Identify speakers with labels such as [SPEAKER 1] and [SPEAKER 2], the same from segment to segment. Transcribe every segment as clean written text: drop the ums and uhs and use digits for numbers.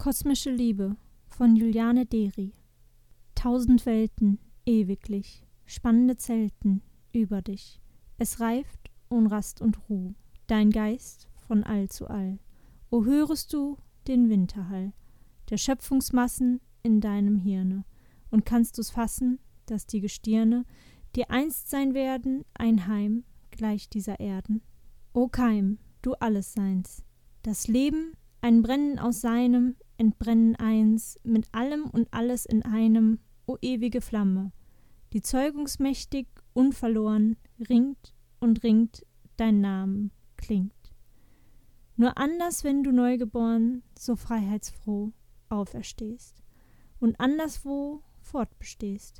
[SPEAKER 1] Kosmische Liebe von Juliane Deri. 1000 Welten, ewiglich, spannende Zelten über dich. Es reift ohn Rast und Ruh, dein Geist von All zu All. O hörest du den Winterhall der Schöpfungsmassen in deinem Hirne, und kannst du's fassen, dass die Gestirne dir einst sein werden, ein Heim gleich dieser Erden? O Keim, du Allesseins, das Leben, ein Brennen aus seinem Entbrennen eins, mit allem und alles in einem, o ewige Flamme, die zeugungsmächtig, unverloren, ringt und ringt, dein Namen klingt. Nur anders, wenn du neugeboren, so freiheitsfroh auferstehst und anderswo fortbestehst.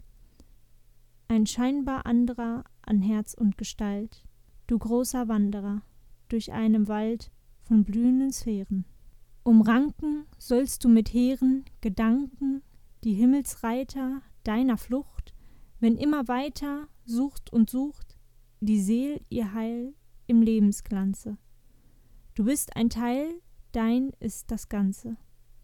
[SPEAKER 1] Ein scheinbar anderer an Herz und Gestalt, du großer Wanderer, durch einem Wald von blühenden Sphären. Umranken sollst du mit hehren Gedanken die Himmelsreiter deiner Flucht, wenn immer weiter sucht und sucht die Seel ihr Heil im Lebensglanze. Du bist ein Teil, dein ist das Ganze.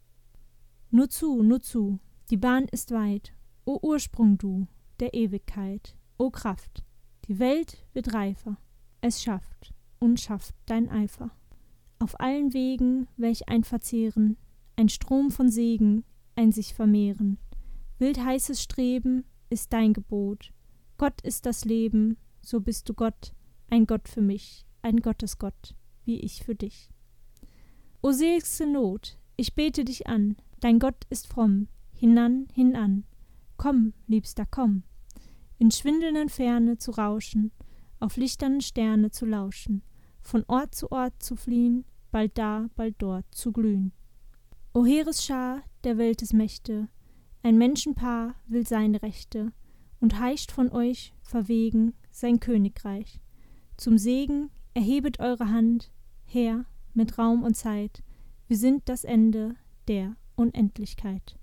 [SPEAKER 1] Nur zu, die Bahn ist weit, o Ursprung du, der Ewigkeit, o Kraft, die Welt wird reifer, es schafft und schafft dein Eifer. Auf allen Wegen, welch ein Verzehren, ein Strom von Segen, ein sich vermehren. Wild heißes Streben ist dein Gebot. Gott ist das Leben, so bist du Gott, ein Gott für mich, ein Gottesgott, wie ich für dich. O seligste Not, ich bete dich an, dein Gott ist fromm, hinan, hinan. Komm, Liebster, komm, in schwindelnden Ferne zu rauschen, auf lichternen Sterne zu lauschen, von Ort zu Ort zu fliehen, bald da, bald dort zu glühen. O Heeresschar der Weltesmächte, ein Menschenpaar will seine Rechte und heischt von euch verwegen sein Königreich. Zum Segen erhebet eure Hand, her, mit Raum und Zeit, wir sind das Ende der Unendlichkeit.